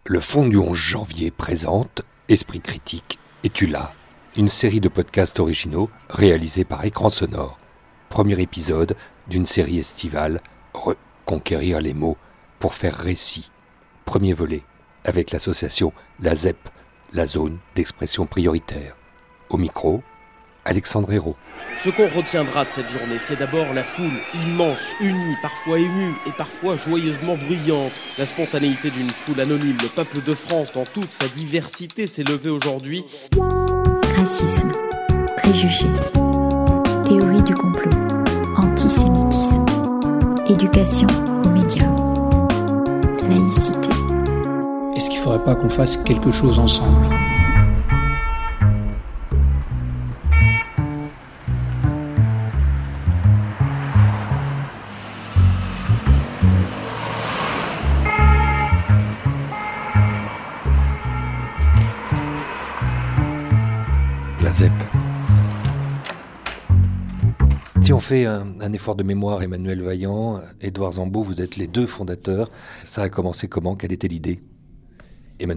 Le Fond du 11 janvier présente Esprit critique et tu l'as, une série de podcasts originaux réalisés par Écran Sonore. Premier épisode d'une série estivale, Reconquérir les mots pour faire récit. Premier volet, avec l'association La ZEP, la zone d'expression prioritaire. Au micro, Alexandre Hérault. Ce qu'on retiendra de cette journée, c'est d'abord la foule immense, unie, parfois émue et parfois joyeusement bruyante. La spontanéité d'une foule anonyme, le peuple de France dans toute sa diversité s'est levé aujourd'hui. Racisme, préjugés, théorie du complot, antisémitisme, éducation aux médias, laïcité. Est-ce qu'il ne faudrait pas qu'on fasse quelque chose ensemble ? La ZEP. Si on fait un effort de mémoire, Emmanuel Vaillant, Édouard Zambo, vous êtes les deux fondateurs. Ça a commencé comment ? Quelle était l'idée ? Emmanuel ?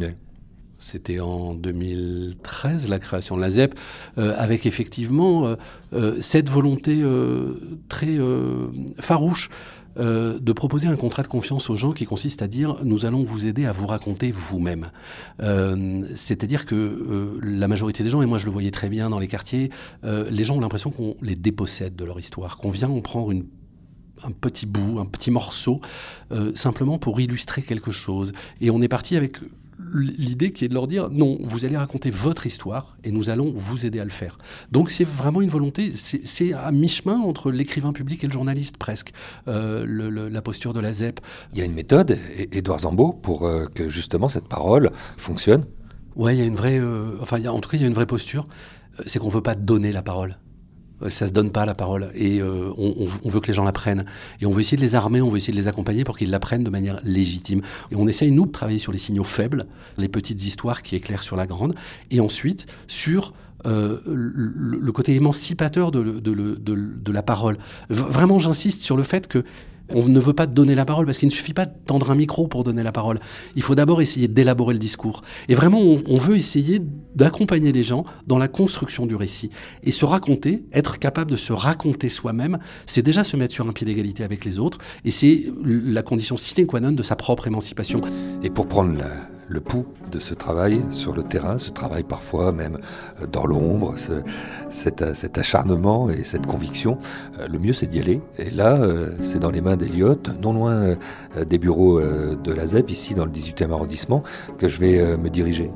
C'était en 2013, la création de la ZEP, avec effectivement cette volonté très farouche de proposer un contrat de confiance aux gens qui consiste à dire « nous allons vous aider à vous raconter vous-même ». C'est-à-dire que la majorité des gens, et moi je le voyais très bien dans les quartiers, les gens ont l'impression qu'on les dépossède de leur histoire, qu'on vient en prendre un petit bout, un petit morceau, simplement pour illustrer quelque chose. Et on est parti avec l'idée qui est de leur dire non, vous allez raconter votre histoire et nous allons vous aider à le faire. Donc c'est vraiment une volonté, c'est à mi-chemin entre l'écrivain public et le journaliste presque, la posture de la ZEP. Il y a une méthode, Édouard Zambo, pour que justement cette parole fonctionne. Ouais, il y a une vraie, en tout cas il y a une vraie posture, c'est qu'on ne veut pas donner la parole. Ça se donne pas la parole et on veut que les gens la prennent et on veut essayer de les armer, on veut essayer de les accompagner pour qu'ils la prennent de manière légitime. Et on essaye nous de travailler sur les signaux faibles, les petites histoires qui éclairent sur la grande, et ensuite sur le côté émancipateur de la parole. Vraiment, j'insiste sur le fait que on ne veut pas donner la parole parce qu'il ne suffit pas de tendre un micro pour donner la parole. Il faut d'abord essayer d'élaborer le discours. Et vraiment, on veut essayer d'accompagner les gens dans la construction du récit. Et se raconter, être capable de se raconter soi-même, c'est déjà se mettre sur un pied d'égalité avec les autres. Et c'est la condition sine qua non de sa propre émancipation. Et pour prendre le pouls de ce travail sur le terrain, ce travail parfois même dans l'ombre, cet acharnement et cette conviction, le mieux c'est d'y aller. Et là, c'est dans les mains d'Eliott, non loin des bureaux de la ZEP, ici dans le 18e arrondissement, que je vais me diriger.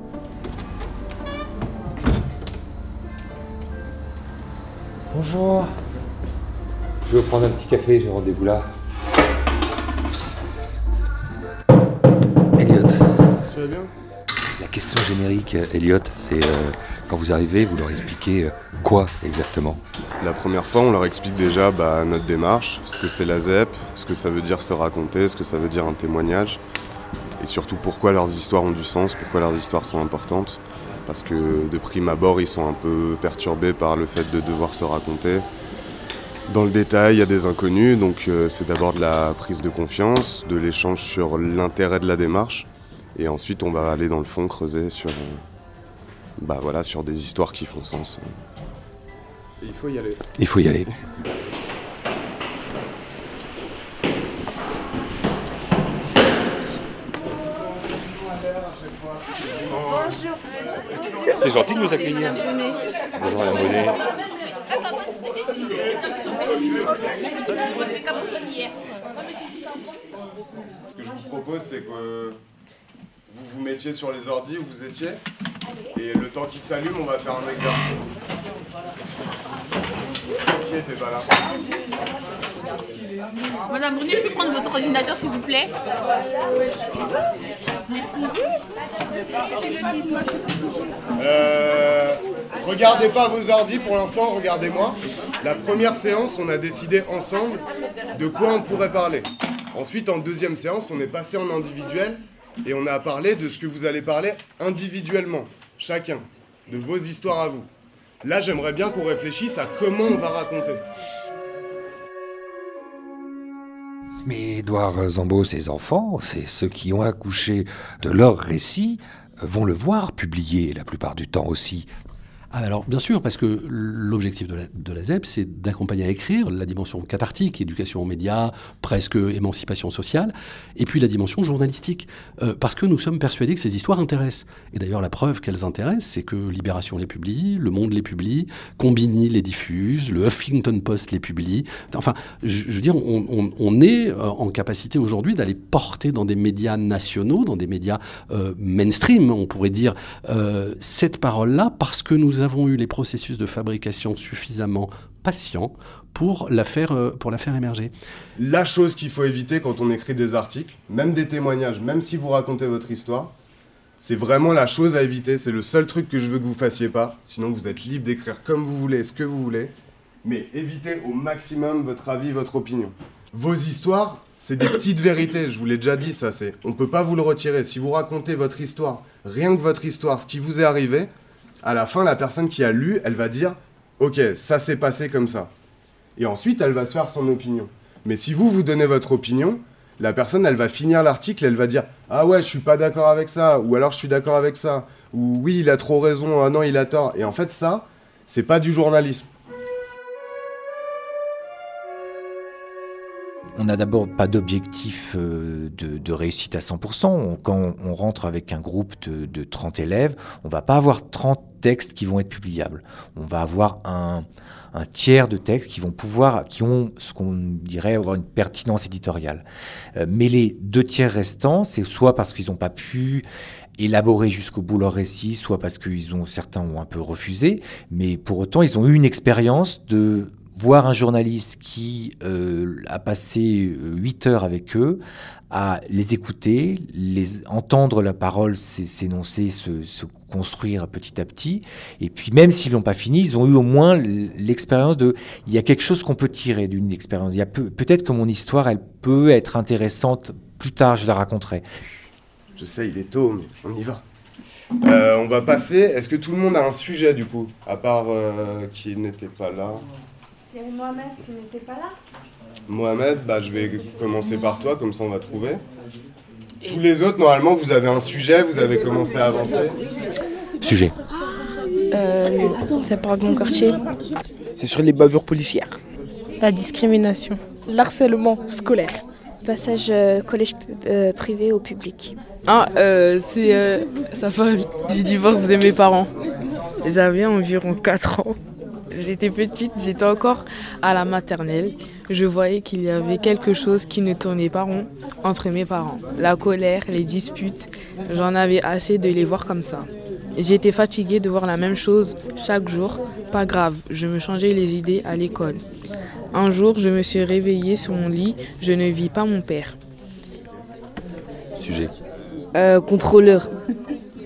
Bonjour. Je vais prendre un petit café, j'ai rendez-vous là. Eliott. Ça va bien ? La question générique, Eliott, c'est quand vous arrivez, vous leur expliquez quoi exactement ? La première fois, on leur explique déjà notre démarche, ce que c'est la ZEP, ce que ça veut dire se raconter, ce que ça veut dire un témoignage, et surtout pourquoi leurs histoires ont du sens, pourquoi leurs histoires sont importantes, parce que de prime abord, ils sont un peu perturbés par le fait de devoir se raconter. Dans le détail, il y a des inconnus, donc c'est d'abord de la prise de confiance, de l'échange sur l'intérêt de la démarche. Et ensuite, on va aller dans le fond, creuser sur des histoires qui font sens. Et il faut y aller. Il faut y aller. Bonjour. C'est gentil de nous accueillir. Bonjour Madame Bonnet. Ce que je vous propose, c'est que vous vous mettiez sur les ordis où vous étiez, et le temps qu'il s'allume, on va faire un exercice. Qui était pas là ? Madame Bruni, je peux prendre votre ordinateur s'il vous plaît ? Regardez pas vos ordis pour l'instant, regardez-moi. La première séance, on a décidé ensemble de quoi on pourrait parler. Ensuite, en deuxième séance, on est passé en individuel et on a parlé de ce que vous allez parler individuellement, chacun, de vos histoires à vous. Là, j'aimerais bien qu'on réfléchisse à comment on va raconter. Mais Édouard Zambeau, ses enfants, c'est ceux qui ont accouché de leur récit, vont le voir publié la plupart du temps aussi. Alors, bien sûr, parce que l'objectif de la ZEP, c'est d'accompagner à écrire la dimension cathartique, éducation aux médias, presque émancipation sociale, et puis la dimension journalistique, parce que nous sommes persuadés que ces histoires intéressent. Et d'ailleurs, la preuve qu'elles intéressent, c'est que Libération les publie, Le Monde les publie, Combini les diffuse, le Huffington Post les publie. Enfin, je veux dire, on est en capacité aujourd'hui d'aller porter dans des médias nationaux, dans des médias mainstream, on pourrait dire, cette parole-là, parce que nous avons eu les processus de fabrication suffisamment patients pour la faire émerger. La chose qu'il faut éviter quand on écrit des articles, même des témoignages, même si vous racontez votre histoire, c'est vraiment la chose à éviter. C'est le seul truc que je veux que vous fassiez pas. Sinon, vous êtes libre d'écrire comme vous voulez, ce que vous voulez. Mais évitez au maximum votre avis, votre opinion. Vos histoires, c'est des petites vérités. Je vous l'ai déjà dit, ça. On peut pas vous le retirer. Si vous racontez votre histoire, rien que votre histoire, ce qui vous est arrivé, à la fin, la personne qui a lu, elle va dire « Ok, ça s'est passé comme ça ». Et ensuite, elle va se faire son opinion. Mais si vous donnez votre opinion, la personne, elle va finir l'article, elle va dire « Ah ouais, je suis pas d'accord avec ça », ou alors « Je suis d'accord avec ça », ou « Oui, il a trop raison, ah non, il a tort ». Et en fait, ça, c'est pas du journalisme. On n'a d'abord pas d'objectif de réussite à 100%. Quand on rentre avec un groupe de 30 élèves, on ne va pas avoir 30 textes qui vont être publiables. On va avoir un tiers de textes qui ont ce qu'on dirait avoir une pertinence éditoriale. Mais les 2 tiers restants, c'est soit parce qu'ils n'ont pas pu élaborer jusqu'au bout leur récit, soit parce que certains ont un peu refusé, mais pour autant, ils ont eu une expérience de voir un journaliste qui a passé 8 heures avec eux, à les écouter, entendre la parole s'énoncer, se construire petit à petit. Et puis même s'ils l'ont pas fini, ils ont eu au moins l'expérience il y a quelque chose qu'on peut tirer d'une expérience. Peut-être que mon histoire, elle peut être intéressante plus tard, je la raconterai. Je sais, il est tôt, mais on y va. On va passer. Est-ce que tout le monde a un sujet du coup, à part qui n'était pas là? Il y avait Mohamed qui n'était pas là. Mohamed, je vais commencer par toi, comme ça on va trouver. Tous les autres, normalement, vous avez un sujet, vous avez commencé à avancer. Sujet. Ça parle de mon quartier. C'est sur les bavures policières. La discrimination. L'harcèlement scolaire. Passage collège privé au public. Ça parle du divorce de mes parents. J'avais environ 4 ans. J'étais petite, j'étais encore à la maternelle. Je voyais qu'il y avait quelque chose qui ne tournait pas rond entre mes parents. La colère, les disputes, j'en avais assez de les voir comme ça. J'étais fatiguée de voir la même chose chaque jour. Pas grave, je me changeais les idées à l'école. Un jour, je me suis réveillée sur mon lit, je ne vis pas mon père. Sujet. Contrôleur. C'est-à-dire ?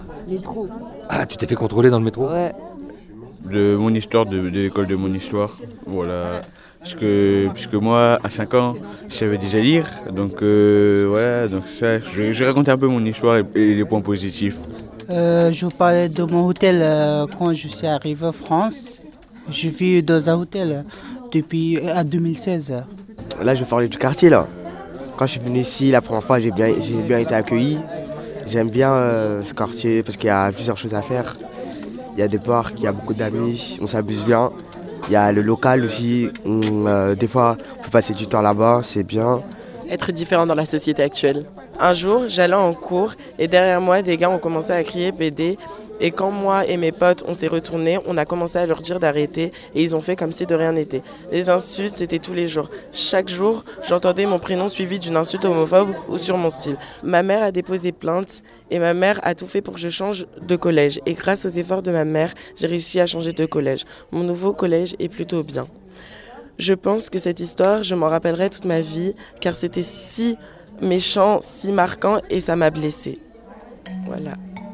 Métro. Ah, tu t'es fait contrôler dans le métro ? Ouais. De mon histoire, de l'école de mon histoire, voilà. Puisque moi, à 5 ans, je savais déjà lire, donc ça, je racontais un peu mon histoire et les points positifs. Je vous parlais de mon hôtel quand je suis arrivé en France. Je vis dans un hôtel depuis 2016. Là, je vais parler du quartier, là. Quand je suis venu ici, la première fois, j'ai bien été accueilli. J'aime bien ce quartier parce qu'il y a plusieurs choses à faire. Il y a des parcs, il y a beaucoup d'amis, on s'amuse bien. Il y a le local aussi, des fois on peut passer du temps là-bas, c'est bien. Être différent dans la société actuelle. Un jour, j'allais en cours et derrière moi, des gars ont commencé à crier PD. Et quand moi et mes potes, on s'est retournés, on a commencé à leur dire d'arrêter et ils ont fait comme si de rien n'était. Les insultes, c'était tous les jours. Chaque jour, j'entendais mon prénom suivi d'une insulte homophobe ou sur mon style. Ma mère a déposé plainte et ma mère a tout fait pour que je change de collège. Et grâce aux efforts de ma mère, j'ai réussi à changer de collège. Mon nouveau collège est plutôt bien. Je pense que cette histoire, je m'en rappellerai toute ma vie car c'était si méchant, si marquant et ça m'a blessée. Voilà.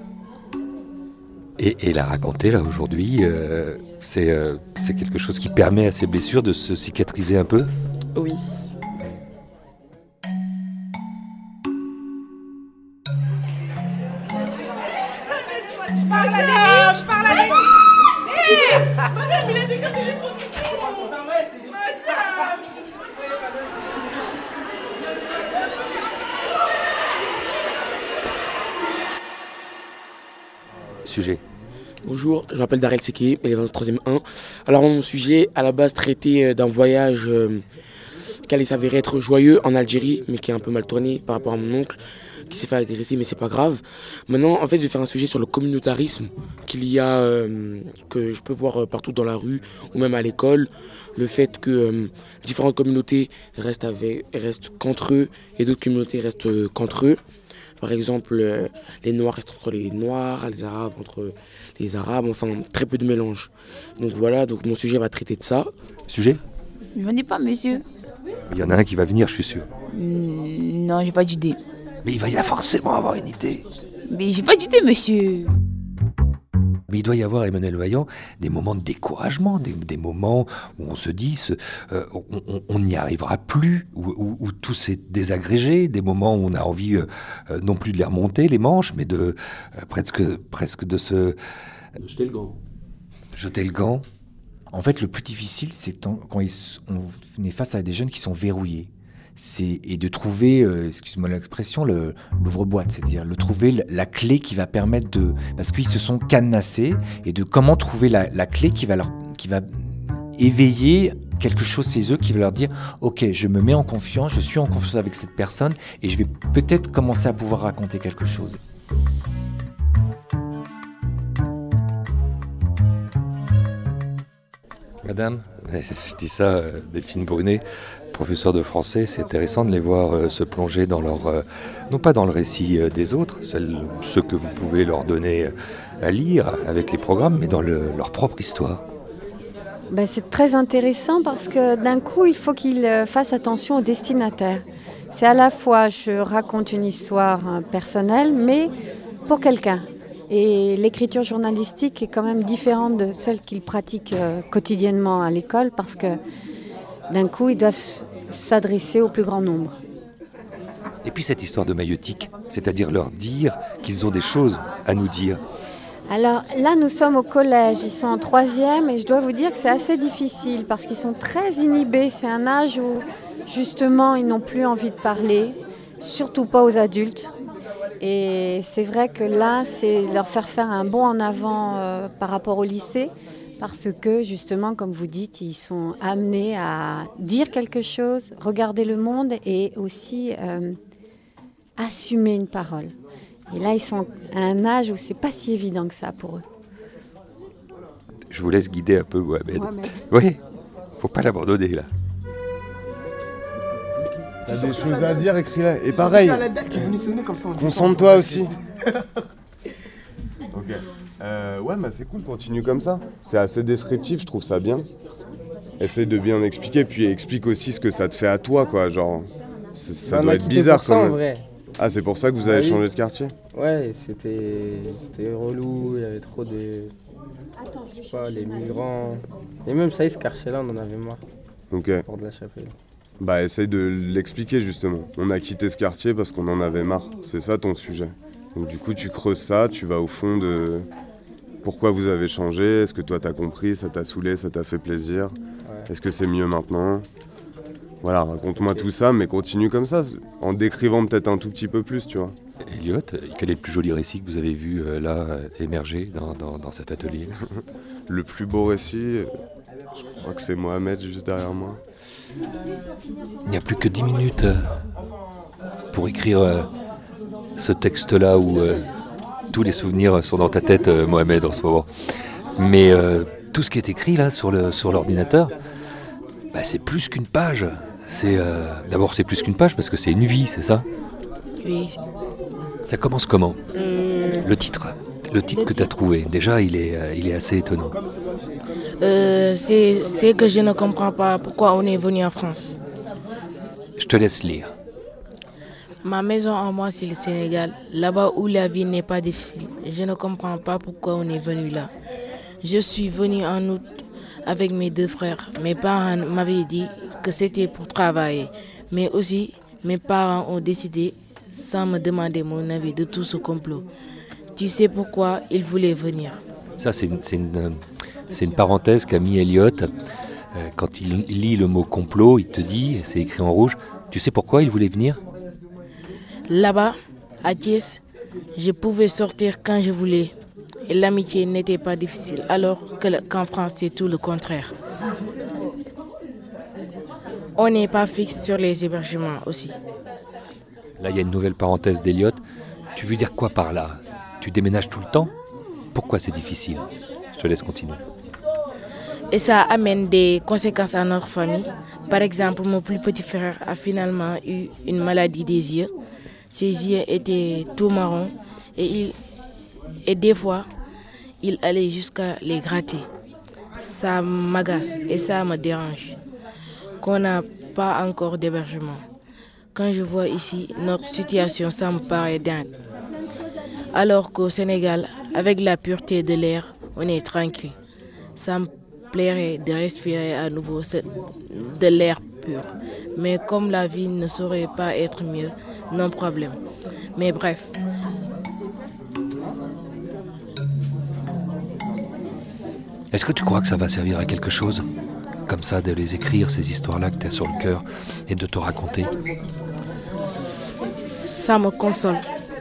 Et la raconter là aujourd'hui, c'est quelque chose qui permet à ces blessures de se cicatriser un peu ? Oui. Je parle à des... Madame, il a décassé les produits. Sujet. Bonjour, je m'appelle Darel Seki, élève en 3e 1. Alors mon sujet, à la base, traitait d'un voyage qui allait s'avérer être joyeux en Algérie, mais qui est un peu mal tourné par rapport à mon oncle, qui s'est fait agresser, mais c'est pas grave. Maintenant, en fait, je vais faire un sujet sur le communautarisme qu'il y a, que je peux voir partout dans la rue ou même à l'école. Le fait que différentes communautés restent qu'entre eux et d'autres communautés restent qu'entre eux. Par exemple, les Noirs restent entre les Noirs, les Arabes entre les Arabes, enfin très peu de mélange. Donc voilà, donc mon sujet va traiter de ça. Sujet ? Je n'en ai pas, monsieur. Il y en a un qui va venir, je suis sûr. Non, j'ai pas d'idée. Mais il va y forcément avoir une idée. Mais j'ai pas d'idée, monsieur. Mais il doit y avoir, Emmanuel Vaillant, des moments de découragement, des moments où on se dit on n'y arrivera plus, où tout s'est désagrégé, des moments où on a envie non plus de les remonter, les manches, mais de presque de se... Jeter le gant. Jeter le gant. En fait, le plus difficile, c'est quand on est face à des jeunes qui sont verrouillés. Et de trouver, excuse-moi l'expression, l'ouvre-boîte, c'est-à-dire trouver la clé qui va permettre de... Parce qu'ils se sont cadenassés, et de comment trouver la clé qui va éveiller quelque chose chez eux, qui va leur dire « Ok, je me mets en confiance, je suis en confiance avec cette personne, et je vais peut-être commencer à pouvoir raconter quelque chose. » Madame, je dis ça, Delphine Brunet, professeur de français, c'est intéressant de les voir se plonger dans leur... non pas dans le récit des autres, ceux que vous pouvez leur donner à lire avec les programmes, mais dans leur propre histoire. C'est très intéressant parce que d'un coup, il faut qu'ils fassent attention au destinataire. C'est à la fois, je raconte une histoire personnelle, mais pour quelqu'un. Et l'écriture journalistique est quand même différente de celle qu'ils pratiquent quotidiennement à l'école parce que d'un coup, ils doivent s'adresser au plus grand nombre. Et puis cette histoire de maïeutique, c'est-à-dire leur dire qu'ils ont des choses à nous dire. Alors là, nous sommes au collège, ils sont en 3e et je dois vous dire que c'est assez difficile parce qu'ils sont très inhibés. C'est un âge où justement, ils n'ont plus envie de parler, surtout pas aux adultes. Et c'est vrai que là, c'est leur faire un bond en avant par rapport au lycée, parce que justement, comme vous dites, ils sont amenés à dire quelque chose, regarder le monde et aussi assumer une parole. Et là, ils sont à un âge où c'est pas si évident que ça pour eux. Je vous laisse guider un peu, Mohamed. Oui, faut pas l'abandonner là. T'as des choses à dire, écris-la. Et pareil, concentre-toi aussi. Ok. C'est cool, continue comme ça. C'est assez descriptif, je trouve ça bien. Essaye de bien expliquer, puis explique aussi ce que ça te fait à toi, quoi. Genre, ça doit être bizarre quand même. Vrai. Ah, c'est pour ça que vous avez changé de quartier ? Ouais, c'était relou, il y avait trop de... Je sais pas, les migrants... Et même ça, ce quartier-là, on en avait marre. Ok. Porte de la Chapelle. Essaye de l'expliquer justement. On a quitté ce quartier parce qu'on en avait marre. C'est ça ton sujet. Donc du coup, tu creuses ça, tu vas au fond de pourquoi vous avez changé. Est-ce que toi t'as compris, ça t'a saoulé, ça t'a fait plaisir ? Ouais. Est-ce que c'est mieux maintenant ? Voilà, raconte-moi tout ça, mais continue comme ça, en décrivant peut-être un tout petit peu plus, tu vois. Elliot, quel est le plus joli récit que vous avez vu là émerger dans cet atelier ? Le plus beau récit, je crois que c'est Mohamed juste derrière moi. Il n'y a plus que 10 minutes pour écrire ce texte-là où tous les souvenirs sont dans ta tête, Mohamed, en ce moment. Mais tout ce qui est écrit là sur l'ordinateur, c'est plus qu'une page. D'abord, c'est plus qu'une page parce que c'est une vie, c'est ça ? Oui. Ça commence comment ? Le titre que tu as trouvé, déjà, il est assez étonnant. C'est que je ne comprends pas pourquoi on est venu en France. Je te laisse lire. Ma maison en moi, c'est le Sénégal, là-bas où la vie n'est pas difficile. Je ne comprends pas pourquoi on est venu là. Je suis venu en août avec mes 2 frères. Mes parents m'avaient dit que c'était pour travailler. Mais aussi, mes parents ont décidé, sans me demander mon avis, de tout ce complot. Tu sais pourquoi ils voulaient venir ? Ça, c'est une parenthèse qu'a mis Elliot. Quand il lit le mot complot, il te dit, c'est écrit en rouge, tu sais pourquoi ils voulaient venir ? Là-bas, à Thiès, je pouvais sortir quand je voulais. et l'amitié n'était pas difficile, alors qu'en France, c'est tout le contraire. On n'est pas fixe sur les hébergements aussi. Là, il y a une nouvelle parenthèse d'Eliott. Tu veux dire quoi par là ? Tu déménages tout le temps ? Pourquoi c'est difficile ? Je te laisse continuer. Et ça amène des conséquences à notre famille. Par exemple, mon plus petit frère a finalement eu une maladie des yeux. Ses yeux étaient tout marrons et des fois, il allait jusqu'à les gratter. Ça m'agace et ça me dérange qu'on n'a pas encore d'hébergement. Quand je vois ici notre situation, ça me paraît dingue. Alors qu'au Sénégal, avec la pureté de l'air, on est tranquille. Ça me plairait de respirer à nouveau de l'air pur. Mais comme la vie ne saurait pas être mieux, non problème. Mais bref. Est-ce que tu crois que ça va servir à quelque chose ? Comme ça, de les écrire, ces histoires-là que tu as sur le cœur, et de te raconter ? Ça me console.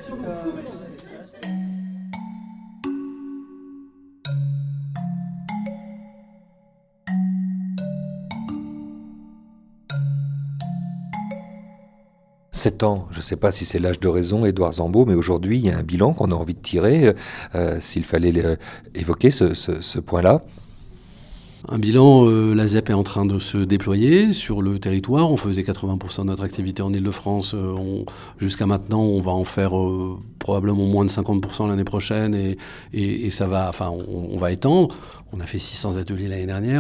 « 7 ans, je ne sais pas si c'est l'âge de raison, Édouard Zambo, mais aujourd'hui, il y a un bilan qu'on a envie de tirer, s'il fallait évoquer ce point-là. Un bilan, la ZEP est en train de se déployer sur le territoire. On faisait 80% de notre activité en Ile-de-France. Jusqu'à maintenant, on va en faire probablement moins de 50% l'année prochaine et ça va, on va étendre. On a fait 600 ateliers l'année dernière.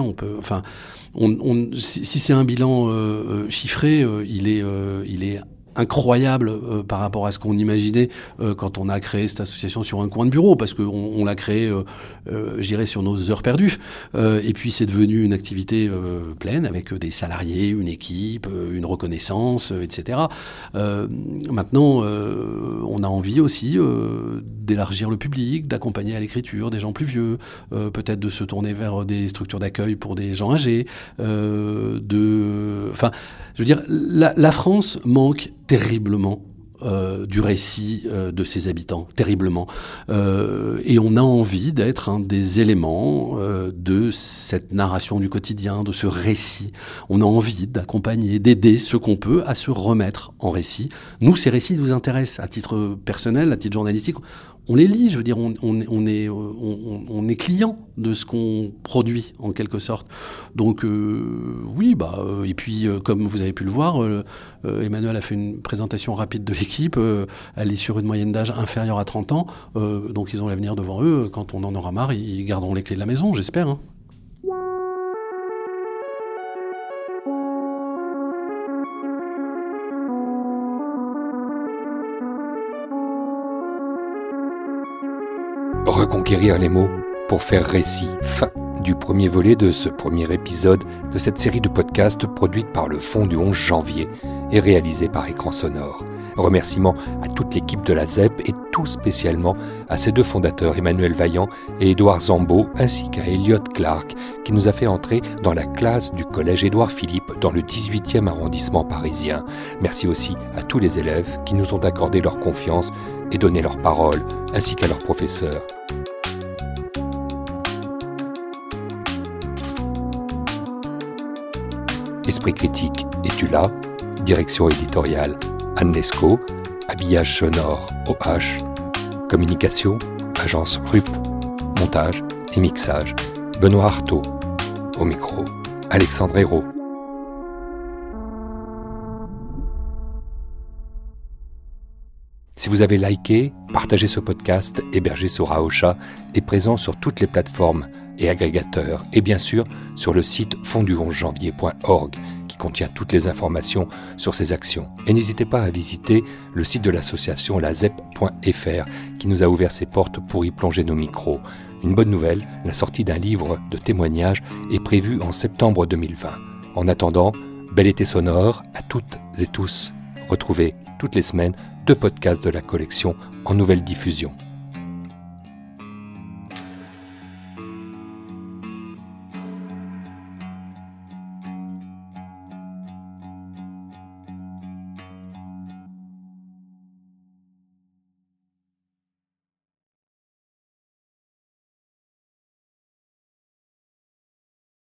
Si c'est un bilan chiffré, il est incroyable par rapport à ce qu'on imaginait quand on a créé cette association sur un coin de bureau, parce qu'on l'a créé, je dirais, sur nos heures perdues. Et puis c'est devenu une activité pleine, avec des salariés, une équipe, une reconnaissance, etc. Maintenant, on a envie aussi d'élargir le public, d'accompagner à l'écriture des gens plus vieux, peut-être de se tourner vers des structures d'accueil pour des gens âgés, je veux dire, la France manque terriblement du récit de ses habitants, terriblement. Et on a envie d'être un des éléments de cette narration du quotidien, de ce récit. On a envie d'accompagner, d'aider ceux qu'on peut à se remettre en récit. Nous, ces récits nous intéressent à titre personnel, à titre journalistique. On les lit, je veux dire, on est client de ce qu'on produit, en quelque sorte. Donc, oui, et puis, comme vous avez pu le voir, Emmanuel a fait une présentation rapide de l'équipe. Elle est sur une moyenne d'âge inférieure à 30 ans. Donc, ils ont l'avenir devant eux. Quand on en aura marre, ils garderont les clés de la maison, j'espère, hein. Reconquérir les mots pour faire récit. Fin du premier volet de ce premier épisode de cette série de podcasts produite par le Fonds du 11 janvier et réalisée par Écran Sonore. Remerciements à toute l'équipe de la ZEP et tout spécialement à ses deux fondateurs Emmanuel Vaillant et Édouard Zambo, ainsi qu'à Eliott Clark qui nous a fait entrer dans la classe du collège Édouard Philippe dans le 18e arrondissement parisien. Merci aussi à tous les élèves qui nous ont accordé leur confiance et donné leur parole, ainsi qu'à leurs professeurs. Esprit critique, es-tu là ? Direction éditoriale, Anne Lescaut. Habillage sonore, OH. Communication, agence RUP. Montage et mixage, Benoît Artaud. Au micro, Alexandre Hérault. Si vous avez liké, partagé ce podcast, hébergé sur Aosha et présent sur toutes les plateformes et agrégateurs, et bien sûr sur le site fonddu11janvier.org qui contient toutes les informations sur ces actions. Et n'hésitez pas à visiter le site de l'association lazep.fr qui nous a ouvert ses portes pour y plonger nos micros. Une bonne nouvelle, la sortie d'un livre de témoignages est prévue en septembre 2020. En attendant, bel été sonore à toutes et tous. Retrouvez toutes les semaines 2 podcasts de la collection en nouvelle diffusion.